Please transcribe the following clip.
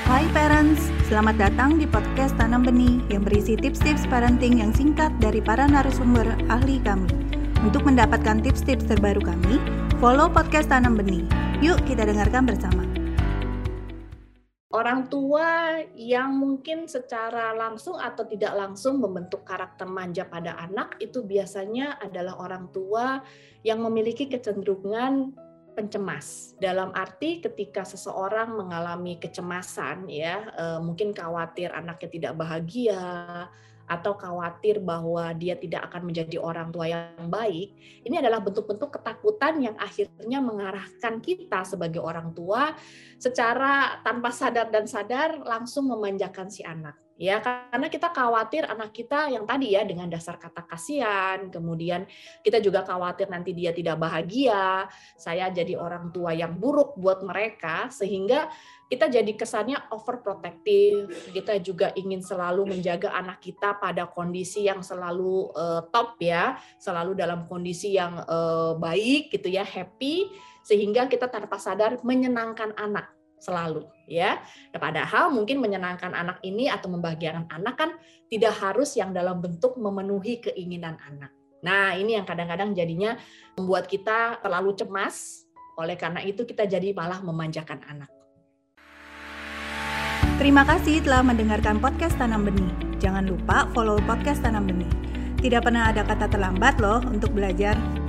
Hai parents, selamat datang di podcast Tanam Benih yang berisi tips-tips parenting yang singkat dari para narasumber ahli kami. Untuk mendapatkan tips-tips terbaru kami, follow podcast Tanam Benih. Yuk kita dengarkan bersama. Orang tua yang mungkin secara langsung atau tidak langsung membentuk karakter manja pada anak itu biasanya adalah orang tua yang memiliki kecenderungan pencemas. Dalam arti ketika seseorang mengalami kecemasan mungkin khawatir anaknya tidak bahagia atau khawatir bahwa dia tidak akan menjadi orang tua yang baik, ini adalah bentuk-bentuk ketakutan yang akhirnya mengarahkan kita sebagai orang tua secara tanpa sadar dan sadar langsung memanjakan si anak. Ya, karena kita khawatir anak kita yang tadi ya dengan dasar kata kasihan, kemudian kita juga khawatir nanti dia tidak bahagia, saya jadi orang tua yang buruk buat mereka, sehingga kita jadi kesannya overprotective, kita juga ingin selalu menjaga anak kita pada kondisi yang selalu top ya, selalu dalam kondisi yang baik gitu ya, happy, sehingga kita tanpa sadar menyenangkan anak selalu ya. Padahal mungkin menyenangkan anak ini atau membahagiakan anak kan tidak harus yang dalam bentuk memenuhi keinginan anak. Nah, ini yang kadang-kadang jadinya membuat kita terlalu cemas, oleh karena itu kita jadi malah memanjakan anak. Terima kasih telah mendengarkan podcast Tanam Benih. Jangan lupa follow podcast Tanam Benih. Tidak pernah ada kata terlambat loh untuk belajar.